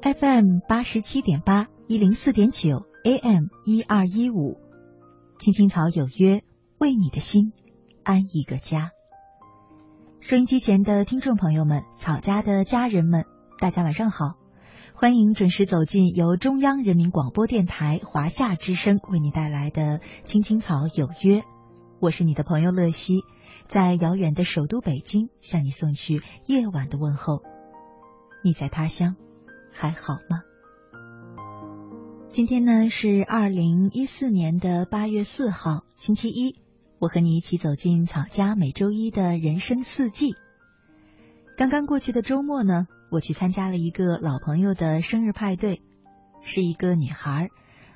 FM 87.8 104.9 AM 1215，青青草有约，为你的心安一个家。收音机前的听众朋友们，草家的家人们，大家晚上好，欢迎准时走进由中央人民广播电台华夏之声为你带来的青青草有约。我是你的朋友乐西，在遥远的首都北京向你送去夜晚的问候。你在他乡还好吗？今天呢是2014年的8月4号，星期一，我和你一起走进草家每周一的人生四季。刚刚过去的周末呢，我去参加了一个老朋友的生日派对，是一个女孩，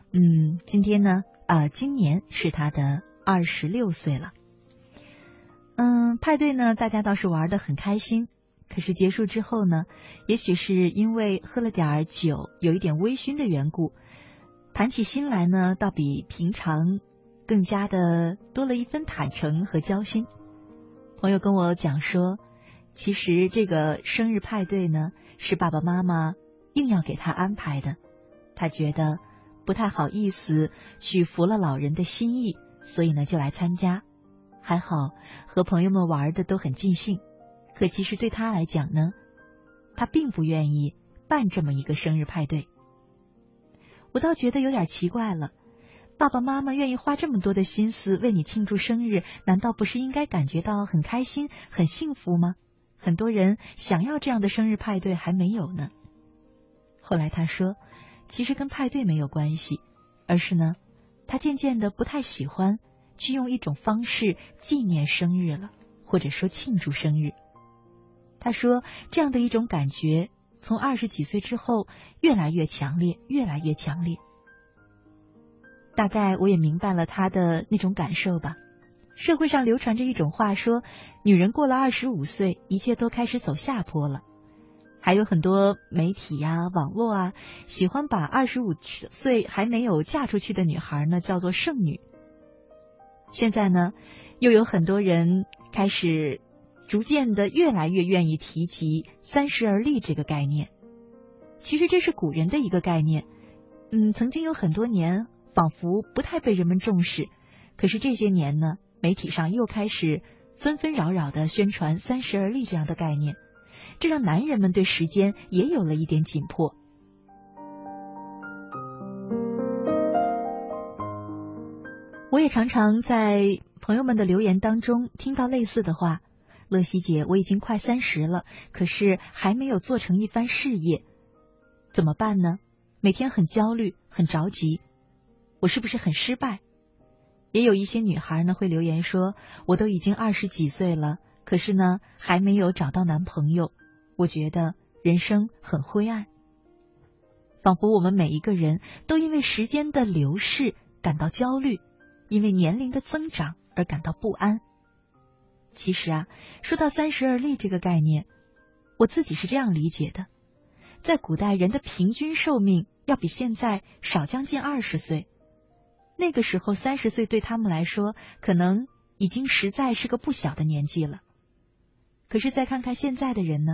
今年是她的26岁了。派对呢，大家倒是玩得很开心。可是结束之后呢，也许是因为喝了点酒，有一点微醺的缘故，谈起心来呢，倒比平常更加的多了一分坦诚和交心。朋友跟我讲说，其实这个生日派对呢，是爸爸妈妈硬要给他安排的，他觉得不太好意思去服了老人的心意，所以呢就来参加。还好和朋友们玩的都很尽兴。可其实对他来讲呢，他并不愿意办这么一个生日派对。我倒觉得有点奇怪了，爸爸妈妈愿意花这么多的心思为你庆祝生日，难道不是应该感觉到很开心很幸福吗？很多人想要这样的生日派对还没有呢。后来他说，其实跟派对没有关系，而是呢，他渐渐的不太喜欢去用一种方式纪念生日了，或者说庆祝生日。他说这样的一种感觉从20几岁之后越来越强烈，越来越强烈。大概我也明白了他的那种感受吧。社会上流传着一种话说，女人过了25岁，一切都开始走下坡了。还有很多媒体啊、网络啊，喜欢把25岁还没有嫁出去的女孩呢叫做剩女。现在呢，又有很多人开始逐渐的越来越愿意提及30而立这个概念。其实这是古人的一个概念，曾经有很多年仿佛不太被人们重视，可是这些年呢，媒体上又开始纷纷扰扰的宣传30而立这样的概念，这让男人们对时间也有了一点紧迫。我也常常在朋友们的留言当中听到类似的话，乐西姐，我已经快30了，可是还没有做成一番事业，怎么办呢？每天很焦虑，很着急，我是不是很失败？也有一些女孩呢会留言说，我都已经20几岁了，可是呢还没有找到男朋友，我觉得人生很灰暗。仿佛我们每一个人都因为时间的流逝感到焦虑，因为年龄的增长而感到不安。其实啊，说到30而立这个概念，我自己是这样理解的。在古代，人的平均寿命要比现在少将近20岁。那个时候30岁对他们来说，可能已经实在是个不小的年纪了。可是再看看现在的人呢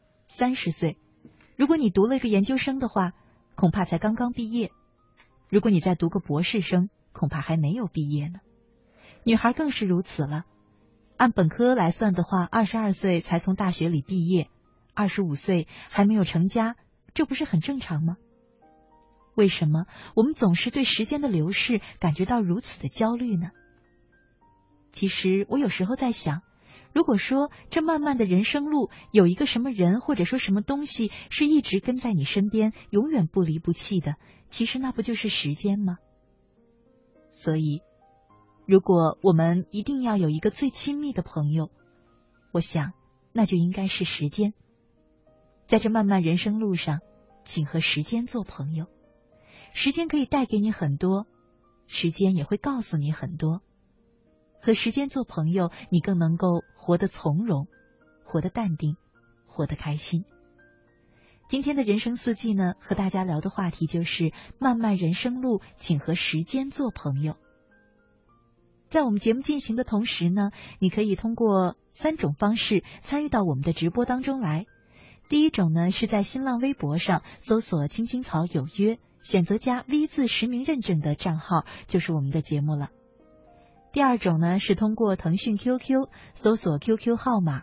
，30岁，如果你读了一个研究生的话，恐怕才刚刚毕业；如果你再读个博士生，恐怕还没有毕业呢。女孩更是如此了。按本科来算的话，22岁才从大学里毕业，25岁还没有成家，这不是很正常吗？为什么我们总是对时间的流逝感觉到如此的焦虑呢？其实我有时候在想，如果说这漫漫的人生路有一个什么人或者说什么东西是一直跟在你身边，永远不离不弃的，其实那不就是时间吗？所以如果我们一定要有一个最亲密的朋友，我想那就应该是时间。在这漫漫人生路上，请和时间做朋友。时间可以带给你很多，时间也会告诉你很多。和时间做朋友，你更能够活得从容，活得淡定，活得开心。今天的人生四季呢，和大家聊的话题就是漫漫人生路，请和时间做朋友。在我们节目进行的同时呢，你可以通过3种方式参与到我们的直播当中来。 第一种呢是在新浪微博上搜索青青草有约，选择加 V 字实名认证的账号就是我们的节目了。第二种呢是通过腾讯 QQ 搜索 QQ 号码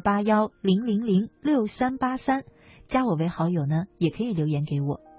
28100068383，加我为好友呢也可以留言给我。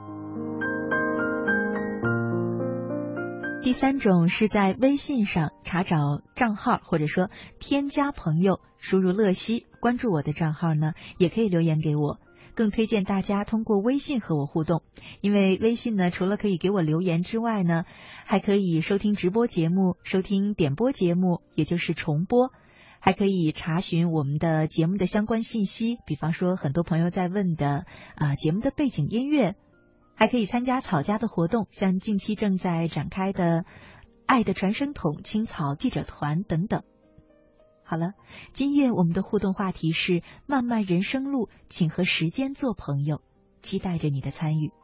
第三种是在微信上查找账号，或者说添加朋友，输入乐西，关注我的账号呢也可以留言给我。更推荐大家通过微信和我互动，因为微信呢除了可以给我留言之外呢，还可以收听直播节目，收听点播节目，也就是重播，还可以查询我们的节目的相关信息，比方说很多朋友在问的节目的背景音乐，还可以参加草家的活动，像近期正在展开的爱的传声筒、青草记者团等等。好了，今夜我们的互动话题是漫漫人生路，请和时间做朋友，期待着你的参与。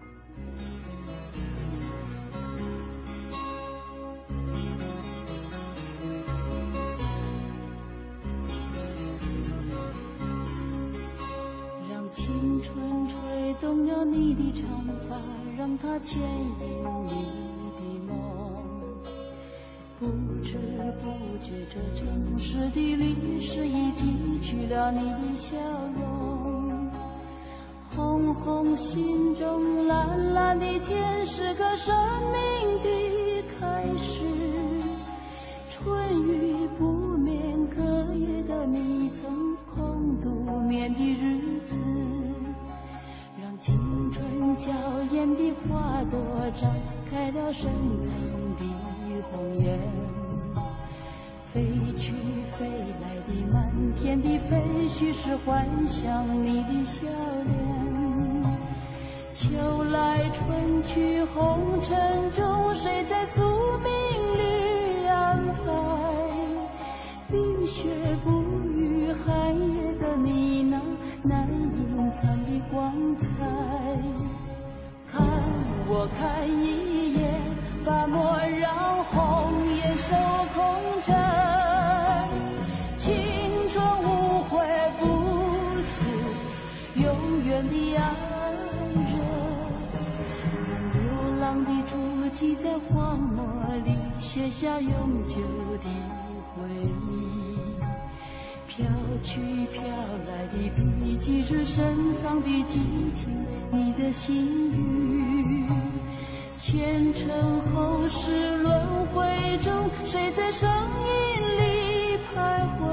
让青春吹动了你的长发，让它牵引你的梦，不知不觉这城市的历史已记取了你的笑容，红红心中蓝蓝的天是个生命的开始，春雨不眠，隔夜的你曾空独眠的日子，让青春娇艳的花朵绽开了深藏的红颜，飞去飞来的满天的飞絮是幻想你的笑脸，秋来春去红尘中，谁在宿命里安排，冰雪不语寒夜的你那难隐藏的光彩，看我看一眼，把莫让红颜守空枕，青春无悔不死，永远的爱人，让流浪的足迹在荒漠里写下永久的回忆，飘去飘来的笔迹是深藏的激情，你的心语，前尘后世轮回中，谁在声音里徘徊，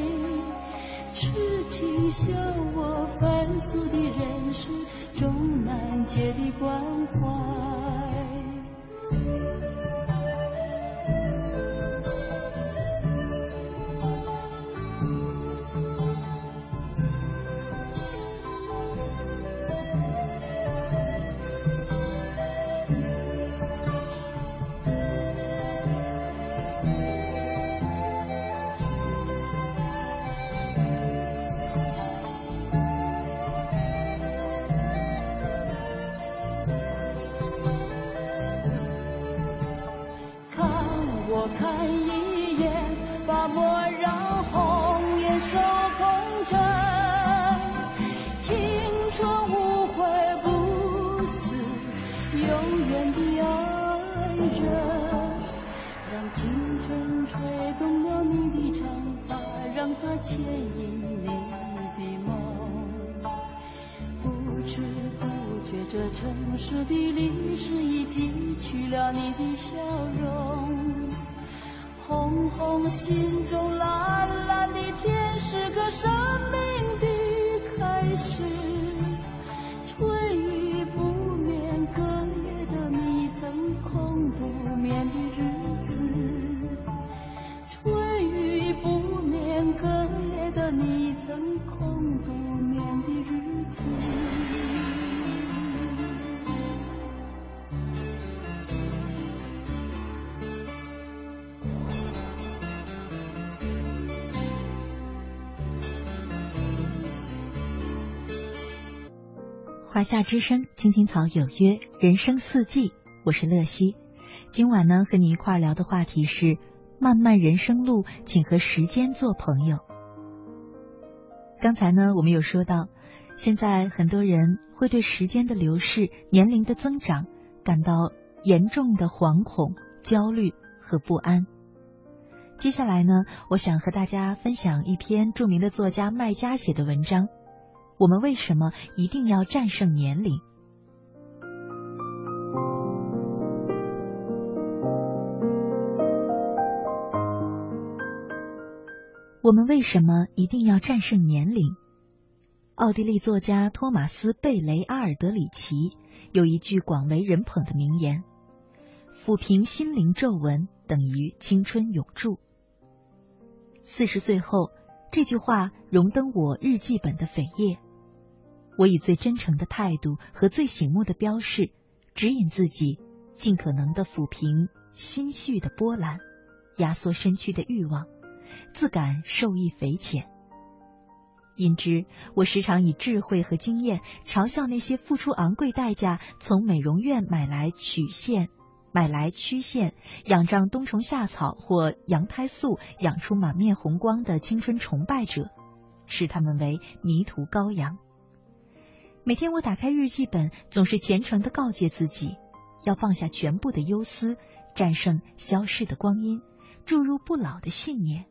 痴情笑我凡俗的人世终难解的关怀。看一眼，把莫让红颜守空枕，青春无悔不死，永远的爱人，让青春吹动了你的长发，让它牵引你的梦，不知不觉这城市的历史已记取了你的笑容，红红心中蓝蓝的天是个生命的开始，春雨不眠，隔夜的你曾空独眠的日子，春雨不眠，隔夜的你曾空独眠的日子。 华夏之声，青青草有约，人生四季，我是乐西。今晚呢，和你一块聊的话题是漫漫人生路，请和时间做朋友。刚才呢，我们有说到现在很多人会对时间的流逝、年龄的增长感到严重的惶恐、焦虑和不安。接下来呢，我想和大家分享一篇著名的作家麦家写的文章，我们为什么一定要战胜年龄？我们为什么一定要战胜年龄？奥地利作家托马斯·贝雷阿尔德里奇有一句广为人捧的名言：抚平心灵皱纹等于青春永驻。40岁后，这句话荣登我日记本的扉页。我以最真诚的态度和最醒目的标示，指引自己尽可能地抚平心绪的波澜，压缩身躯的欲望，自感受益匪浅。因之，我时常以智慧和经验嘲笑那些付出昂贵代价从美容院买来曲线，仰仗冬虫夏草或羊胎素养出满面红光的青春崇拜者，视他们为迷途羔羊。每天我打开日记本，总是虔诚地告诫自己，要放下全部的忧思，战胜消逝的光阴，注入不老的信念。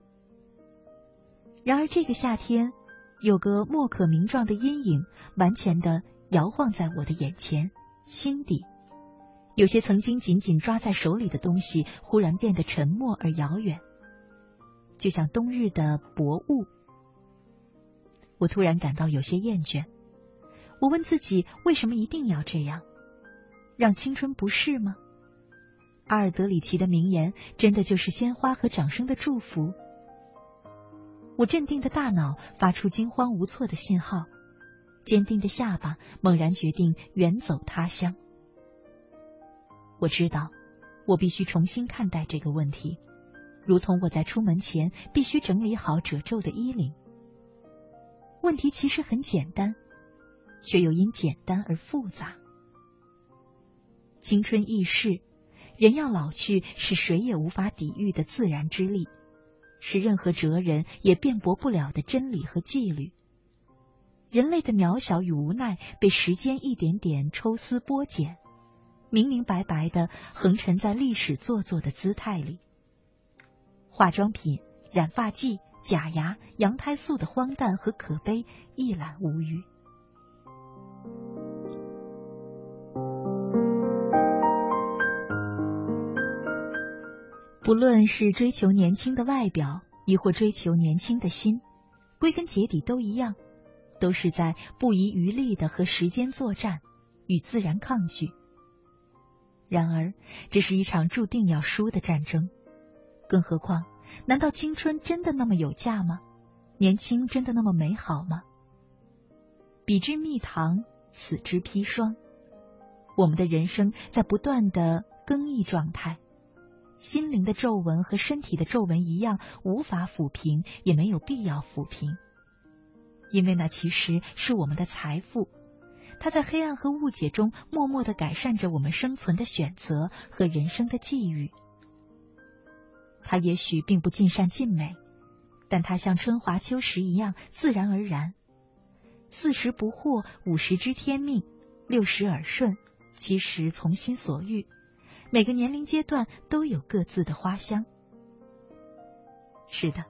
然而这个夏天，有个莫可名状的阴影顽强地摇晃在我的眼前、心底。有些曾经紧紧抓在手里的东西，忽然变得沉默而遥远，就像冬日的薄雾。我突然感到有些厌倦。我问自己，为什么一定要这样？让青春不适吗？阿尔德里奇的名言真的就是鲜花和掌声的祝福？我镇定的大脑发出惊慌无措的信号，坚定的下巴猛然决定远走他乡。我知道，我必须重新看待这个问题，如同我在出门前必须整理好褶皱的衣领。问题其实很简单，却又因简单而复杂。青春易逝，人要老去是谁也无法抵御的自然之力，是任何哲人也辩驳不了的真理和纪律。人类的渺小与无奈被时间一点点抽丝剥茧，明明白白地横陈在历史做作的姿态里。化妆品、染发剂、假牙、羊胎素的荒诞和可悲一览无余。不论是追求年轻的外表，亦或追求年轻的心，归根结底都一样，都是在不遗余力地和时间作战，与自然抗拒。然而，这是一场注定要输的战争。更何况，难道青春真的那么有价吗？年轻真的那么美好吗？彼之蜜糖，此之砒霜。我们的人生在不断的更易状态，心灵的皱纹和身体的皱纹一样，无法抚平，也没有必要抚平，因为那其实是我们的财富。它在黑暗和误解中默默地改善着我们生存的选择和人生的际遇。它也许并不尽善尽美，但它像春华秋实一样自然而然。40不惑，50知天命，60耳顺，70从心所欲。每个年龄阶段都有各自的花香。是的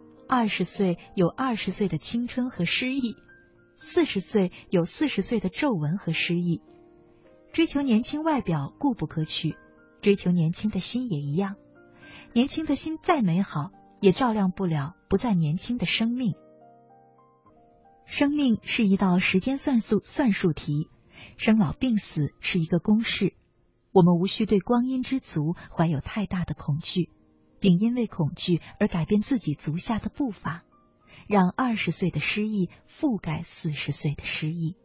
，20岁有20岁的青春和诗意，40岁有40岁的皱纹和诗意。追求年轻外表固不可取，追求年轻的心也一样。年轻的心再美好，也照亮不了不再年轻的生命。生命是一道时间算术题，生老病死是一个公式。我们无需对光阴之足怀有太大的恐惧，并因为恐惧而改变自己足下的步伐，让20岁的诗意覆盖40岁的诗意。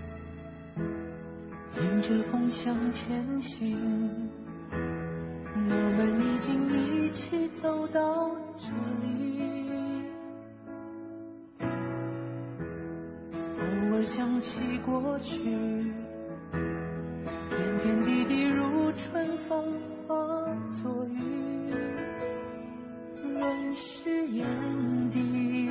迎着风向前行，那想起过去，点点滴滴如春风化作雨，润湿眼底。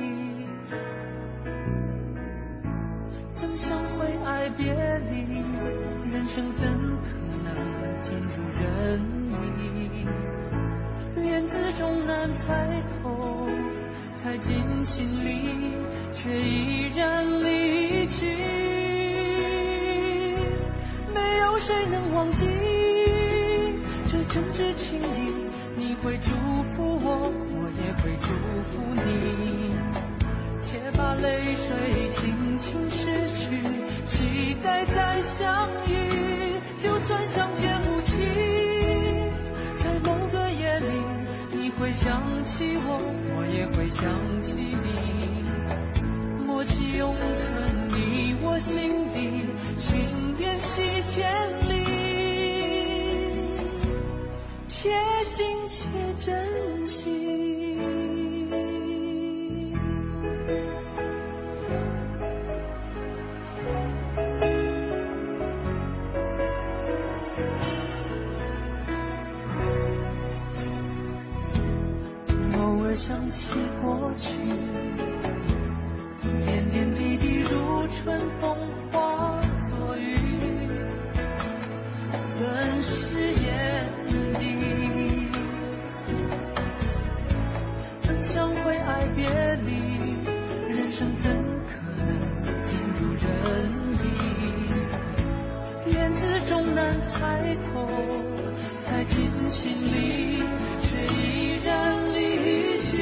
怎想会爱别离，人生怎可能尽如人意？缘字终难猜透，猜进心里，却依然离去。没有谁能忘记这真挚情谊，你会祝福我，我也会祝福你。且把泪水轻轻拭去，期待再相遇。就算相见无期，在某个夜里，你会想起我，我也会想起你。默契永存你我心底，情缘系千里，且行且珍惜。想起过去，点点滴滴如春风化作雨，润湿眼底。怎想会爱别离，人生怎可能尽如人意？缘字终难猜透，猜进心里，却依然离去。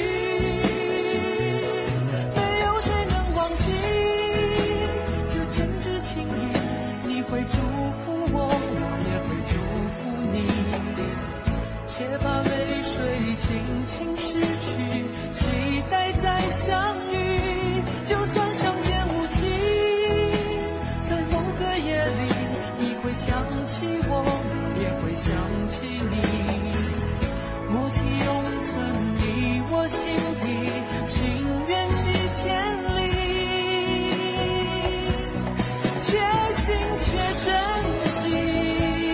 没有谁能忘记这真挚情谊，你会祝福我，我也会祝福你。且把泪水轻轻拭去，期待再相遇。就算相见无期，在某个夜里，你会想起我，我也会想起你。默契永存你我心底，情缘系千里，且行且珍惜。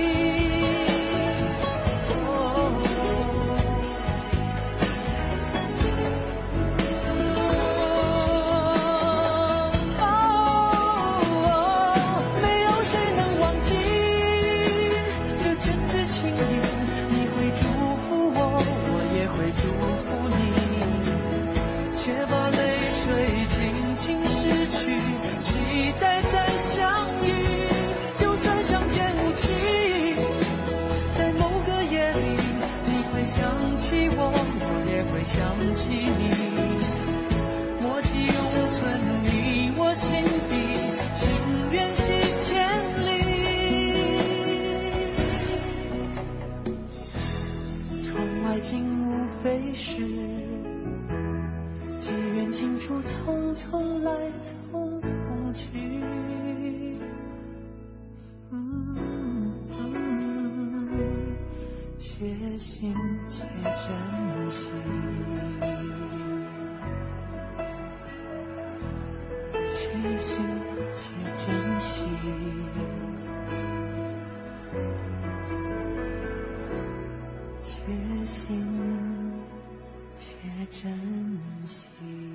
没有谁能忘记这真挚情谊，你会祝福我，我也会祝福你。且把泪水轻轻拭去，期待再相遇。就算相见无期，在某个夜里，你会想起我，我也会想起你。默契永存你我心底，情缘系千里。窗外景无非是机缘尽处，匆匆来，匆匆去。且行且珍惜，且行且珍惜，且行且珍惜。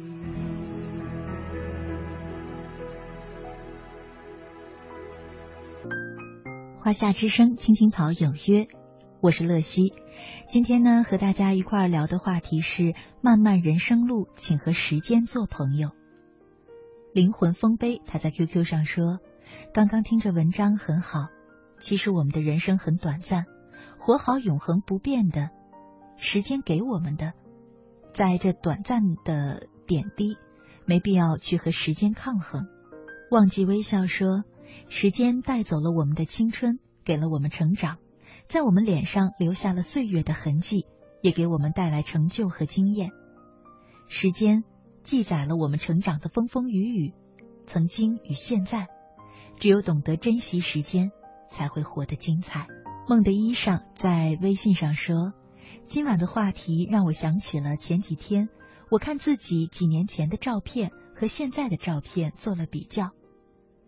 华夏之声，青青草有约，我是乐西。今天呢，和大家一块儿聊的话题是漫漫人生路，请和时间做朋友。灵魂丰碑他在 QQ 上说，刚刚听着文章很好，其实我们的人生很短暂，活好永恒不变的时间给我们的，在这短暂的点滴，没必要去和时间抗衡。忘记微笑说，时间带走了我们的青春，给了我们成长，在我们脸上留下了岁月的痕迹，也给我们带来成就和经验。时间记载了我们成长的风风雨雨，曾经与现在，只有懂得珍惜时间，才会活得精彩。梦的衣裳在微信上说，今晚的话题让我想起了前几天我看自己几年前的照片和现在的照片做了比较，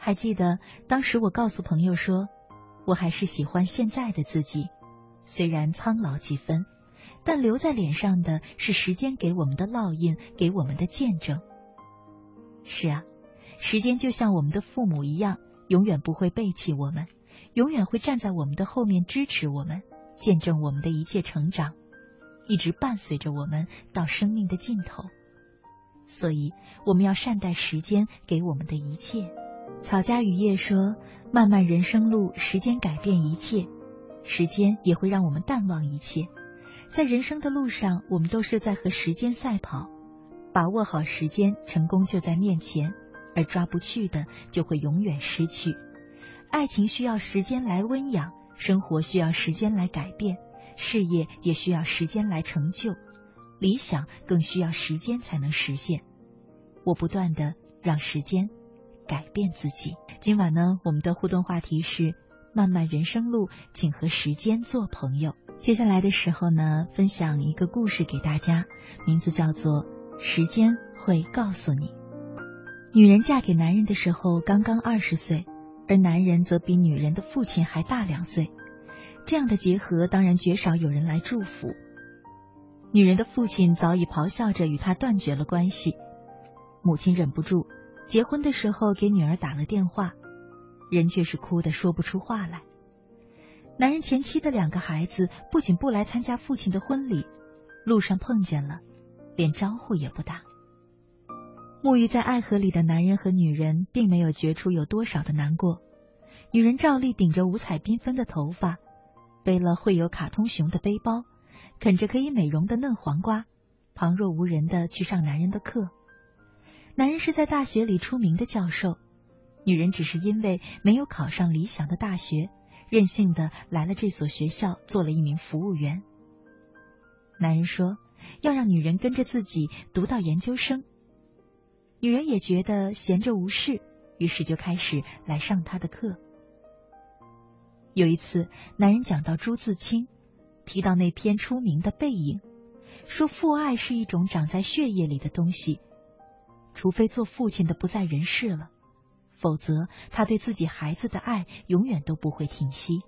还记得当时我告诉朋友说，我还是喜欢现在的自己，虽然苍老几分，但留在脸上的是时间给我们的烙印，给我们的见证。是啊，时间就像我们的父母一样，永远不会背弃我们，永远会站在我们的后面支持我们，见证我们的一切成长，一直伴随着我们到生命的尽头。所以我们要善待时间给我们的一切。草家雨夜说，漫漫人生路，时间改变一切，时间也会让我们淡忘一切。在人生的路上，我们都是在和时间赛跑，把握好时间，成功就在面前，而抓不去的就会永远失去。爱情需要时间来温养，生活需要时间来改变，事业也需要时间来成就，理想更需要时间才能实现。我不断地让时间改变自己。今晚呢，我们的互动话题是漫漫人生路，请和时间做朋友。接下来的时候呢，分享一个故事给大家，名字叫做时间会告诉你。女人嫁给男人的时候刚刚20岁，而男人则比女人的父亲还大2岁，这样的结合当然绝少有人来祝福。女人的父亲早已咆哮着与她断绝了关系，母亲忍不住结婚的时候给女儿打了电话，人却是哭得说不出话来。男人前妻的2个孩子不仅不来参加父亲的婚礼，路上碰见了连招呼也不打。沐浴在爱河里的男人和女人并没有觉出有多少的难过，女人照例顶着五彩缤纷的头发，背了绘有卡通熊的背包，啃着可以美容的嫩黄瓜，旁若无人地去上男人的课。男人是在大学里出名的教授，女人只是因为没有考上理想的大学，任性地来了这所学校做了一名服务员。男人说要让女人跟着自己读到研究生，女人也觉得闲着无事，于是就开始来上他的课。有一次，男人讲到朱自清，提到那篇出名的《背影》，说父爱是一种长在血液里的东西，除非做父亲的不在人世了，否则他对自己孩子的爱永远都不会停息。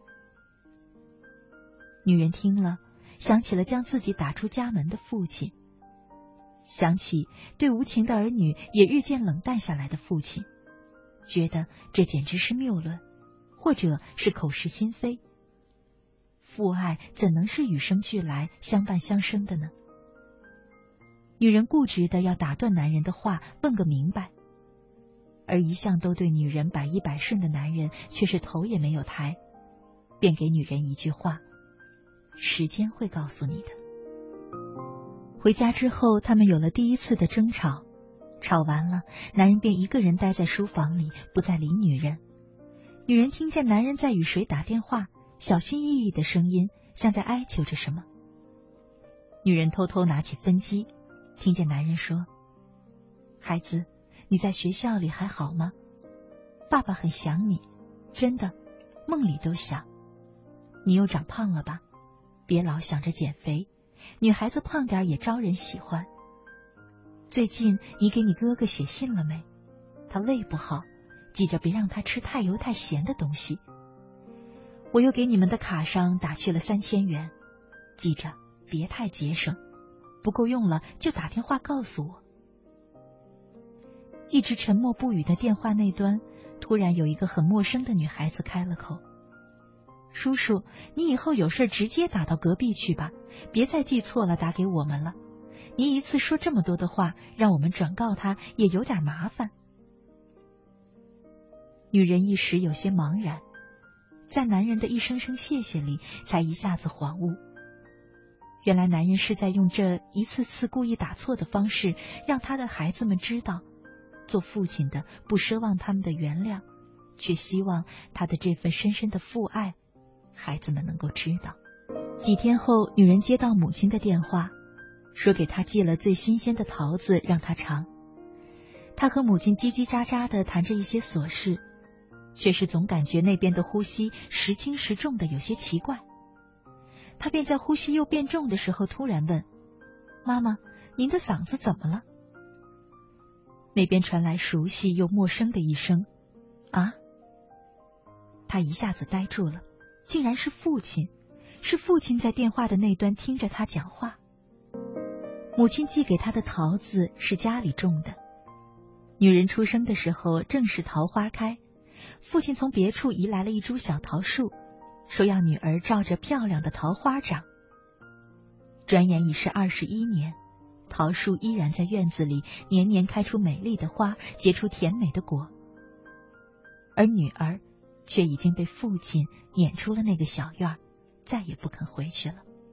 女人听了，想起了将自己打出家门的父亲，想起对无情的儿女也日渐冷淡下来的父亲，觉得这简直是谬论，或者是口是心非。父爱怎能是与生俱来、相伴相生的呢？女人固执的要打断男人的话，问个明白，而一向都对女人百依百顺的男人却是头也没有抬，便给女人一句话：时间会告诉你的。回家之后，他们有了第一次的争吵，吵完了，男人便一个人待在书房里，不再理女人。女人听见男人在与谁打电话，小心翼翼的声音，像在哀求着什么。女人偷偷拿起分机，听见男人说：孩子，你在学校里还好吗？爸爸很想你，真的，梦里都想。你又长胖了吧？别老想着减肥，女孩子胖点也招人喜欢。最近你给你哥哥写信了没？他胃不好，记着别让他吃太油太咸的东西。我又给你们的卡上打去了3000元，记着别太节省，不够用了就打电话告诉我。一直沉默不语的电话那端，突然有一个很陌生的女孩子开了口：叔叔，你以后有事直接打到隔壁去吧，别再记错了打给我们了。你一次说这么多的话，让我们转告他也有点麻烦。女人一时有些茫然，在男人的一声声谢谢里，才一下子恍悟，原来男人是在用这一次次故意打错的方式，让他的孩子们知道，做父亲的不奢望他们的原谅，却希望他的这份深深的父爱，孩子们能够知道。几天后，女人接到母亲的电话，说给她寄了最新鲜的桃子让她尝。她和母亲叽叽喳喳地谈着一些琐事，却是总感觉那边的呼吸时轻时重的有些奇怪。她便在呼吸又变重的时候突然问：妈妈，您的嗓子怎么了？那边传来熟悉又陌生的一声： 啊！他一下子呆住了，竟然是父亲，是父亲在电话的那端听着他讲话。母亲寄给他的桃子是家里种的，女人出生的时候正是桃花开，父亲从别处移来了一株小桃树，说要女儿照着漂亮的桃花长。转眼已是21年，桃树依然在院子里年年开出美丽的花，结出甜美的果，而女儿却已经被父亲撵出了那个小院，再也不肯回去了。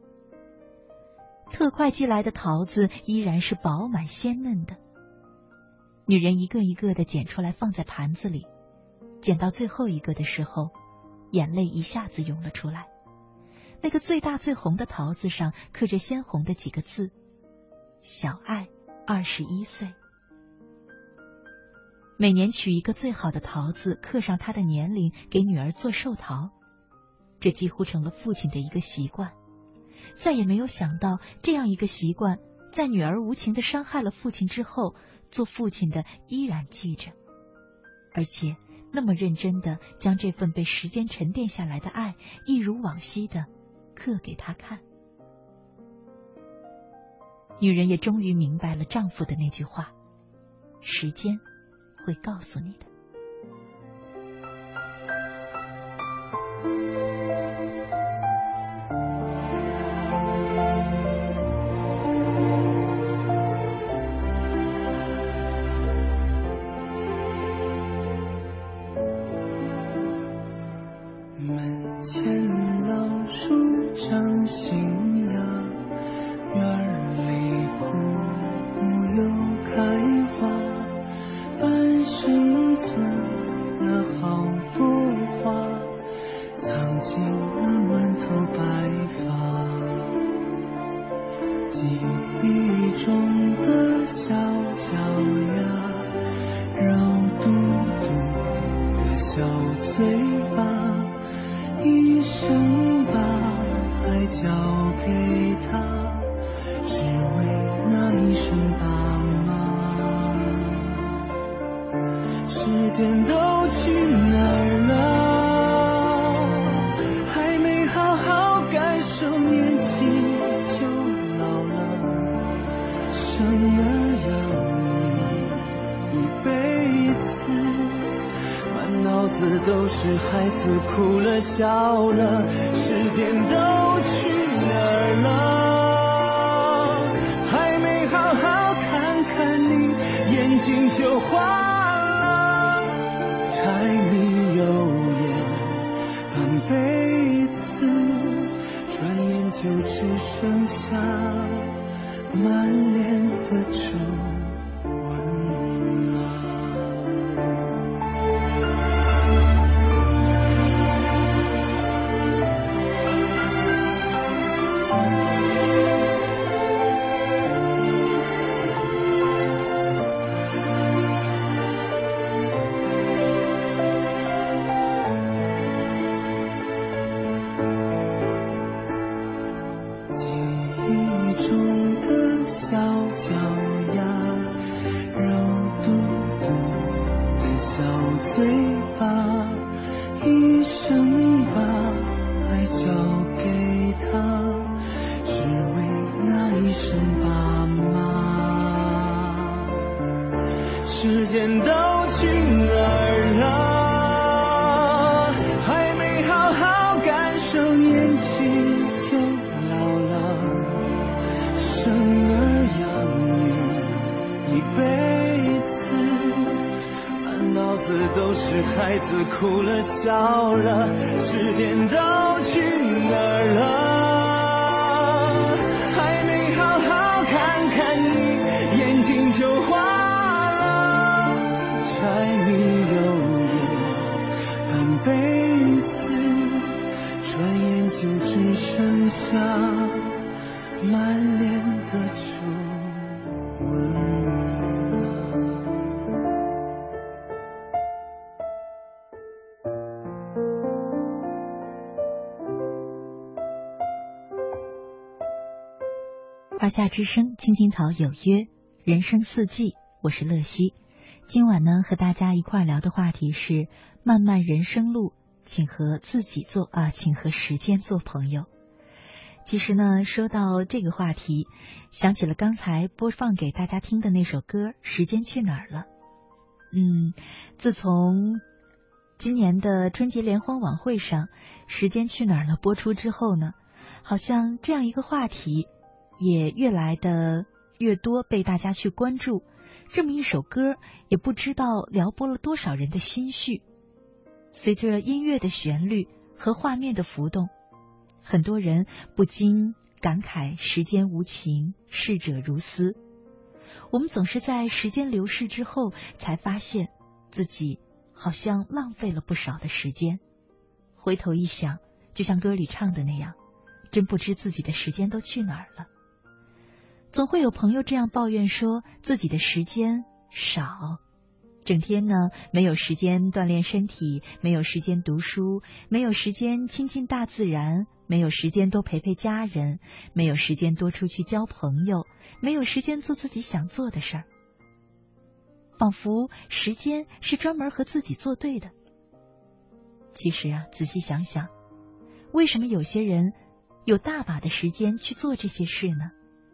特快寄来的桃子依然是饱满鲜嫩的，女人一个一个的捡出来放在盘子里，捡到最后一个的时候，眼泪一下子涌了出来。那个最大最红的桃子上刻着鲜红的几个字：小爱21岁。每年取一个最好的桃子，刻上她的年龄，给女儿做寿桃，这几乎成了父亲的一个习惯。再也没有想到，这样一个习惯在女儿无情地伤害了父亲之后，做父亲的依然记着，而且那么认真地将这份被时间沉淀下来的爱一如往昔地刻给他看。女人也终于明白了丈夫的那句话：时间会告诉你的。 门前老树长新芽，院里枯木又开花，半生存了好多花，藏进了满头白发。记忆中的小脚丫，肉嘟嘟的小嘴巴，一生把爱交给他，只为那一声爸妈。时间都去哪儿了？还没好好感受年轻就老了，生儿养女一辈子，满脑子都是孩子哭了笑了，时间都去哪儿了？还没好好看看你，眼睛就花了，柴米油盐半辈子，转眼就只剩下满脸的皱纹了。孩子哭了笑了，时间都去哪儿了？还没好好看看你，眼睛就花了，柴米油盐半辈子，转眼就只剩下满脸的皱纹。 华夏之声，青青草有约，人生四季，我是乐西。 今晚呢，和大家一块聊的话题是漫漫人生路，请和时间做朋友。其实呢，说到这个话题，想起了刚才播放给大家听的那首歌《时间去哪儿了》。自从今年的春节联欢晚会上《时间去哪儿了》播出之后呢，好像这样一个话题也越来的越多被大家去关注。这么一首歌也不知道撩拨了多少人的心绪。随着音乐的旋律和画面的浮动，很多人不禁感慨时间无情，逝者如斯。我们总是在时间流逝之后才发现自己好像浪费了不少的时间，回头一想，就像歌里唱的那样，真不知自己的时间都去哪儿了。总会有朋友这样抱怨说自己的时间少，整天呢没有时间锻炼身体，没有时间读书，没有时间亲近大自然，没有时间多陪陪家人，没有时间多出去交朋友，没有时间做自己想做的事儿。仿佛时间是专门和自己作对的。其实啊，仔细想想，为什么有些人有大把的时间去做这些事呢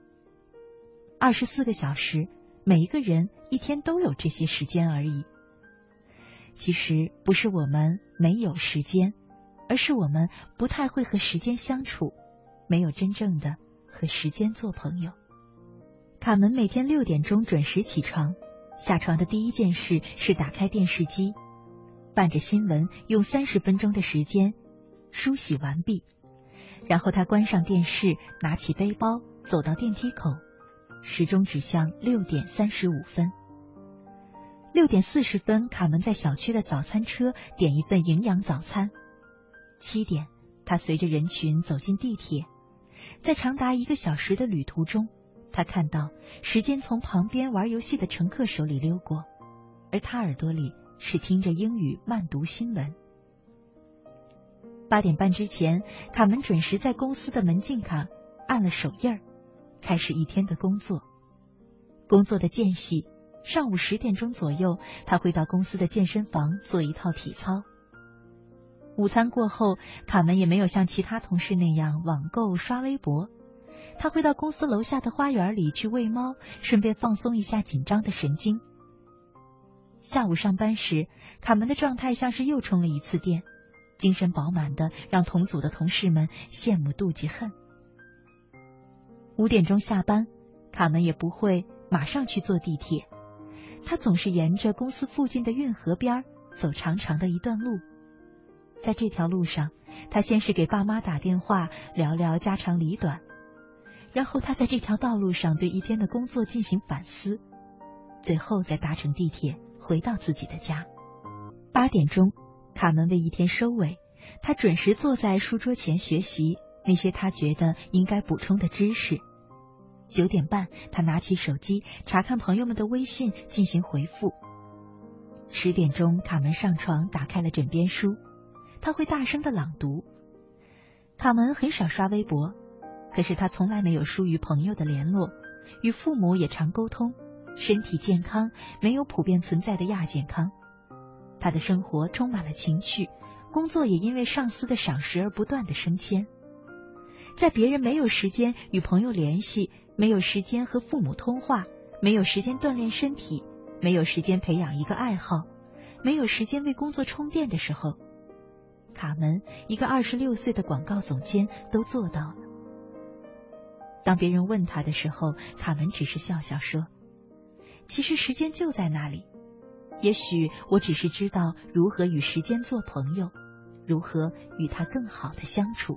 ？24个小时，每一个人一天都有这些时间而已。其实不是我们没有时间，而是我们不太会和时间相处，没有真正的和时间做朋友。卡门每天6点钟准时起床，下床的第一件事是打开电视机，伴着新闻用30分钟的时间梳洗完毕，然后他关上电视，拿起背包走到电梯口，时钟指向6点35分。6点40分，卡门在小区的早餐车点一份营养早餐。7点，他随着人群走进地铁。在长达1个小时的旅途中，他看到时间从旁边玩游戏的乘客手里溜过，而他耳朵里是听着英语慢读新闻。8点半之前，卡门准时在公司的门禁卡按了手印儿，开始一天的工作。工作的间隙，上午10点钟左右，他会到公司的健身房做一套体操。午餐过后，卡门也没有像其他同事那样网购刷微博，他会到公司楼下的花园里去喂猫，顺便放松一下紧张的神经。下午上班时，卡门的状态像是又充了一次电，精神饱满的让同组的同事们羡慕妒忌恨。5点钟下班，卡门也不会马上去坐地铁，他总是沿着公司附近的运河边走长长的一段路。在这条路上，他先是给爸妈打电话聊聊家长里短，然后他在这条道路上对一天的工作进行反思，最后再搭乘地铁回到自己的家。8点钟，卡门为一天收尾，他准时坐在书桌前学习那些他觉得应该补充的知识。9点半，他拿起手机查看朋友们的微信进行回复。10点钟，卡门上床打开了枕边书，他会大声的朗读。卡门很少刷微博，可是他从来没有疏于朋友的联络，与父母也常沟通，身体健康，没有普遍存在的亚健康。他的生活充满了情趣，工作也因为上司的赏识而不断的升迁。在别人没有时间与朋友联系，没有时间和父母通话，没有时间锻炼身体，没有时间培养一个爱好，没有时间为工作充电的时候，卡门一个26岁的广告总监都做到了。当别人问他的时候，卡门只是笑笑说，其实时间就在那里，也许我只是知道如何与时间做朋友，如何与它更好的相处。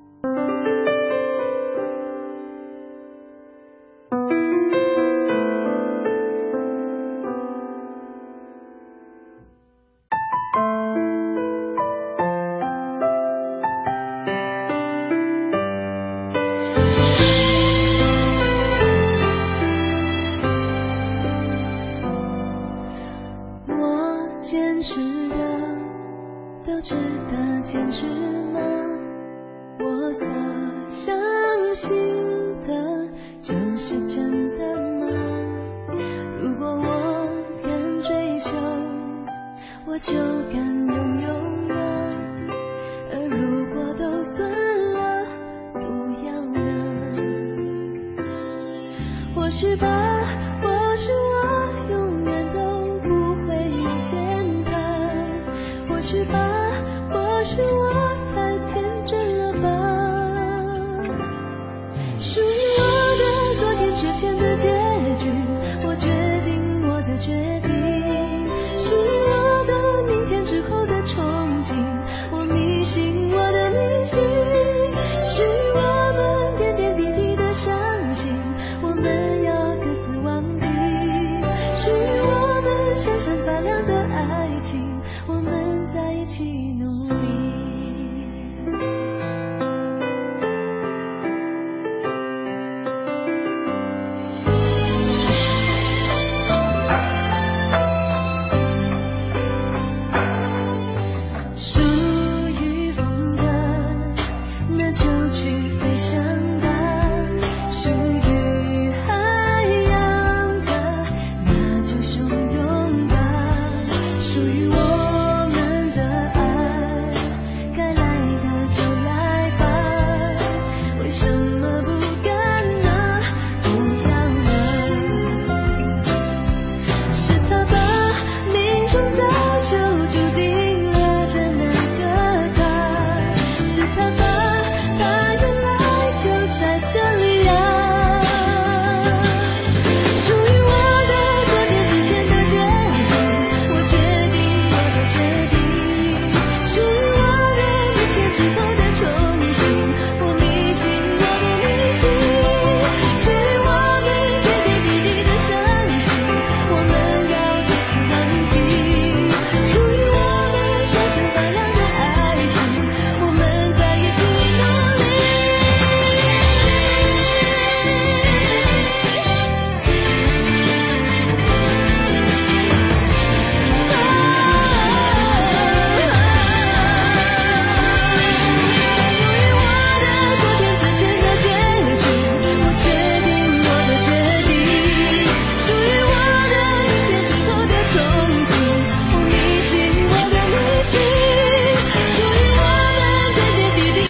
是的，都值得坚持吗？我所去吧。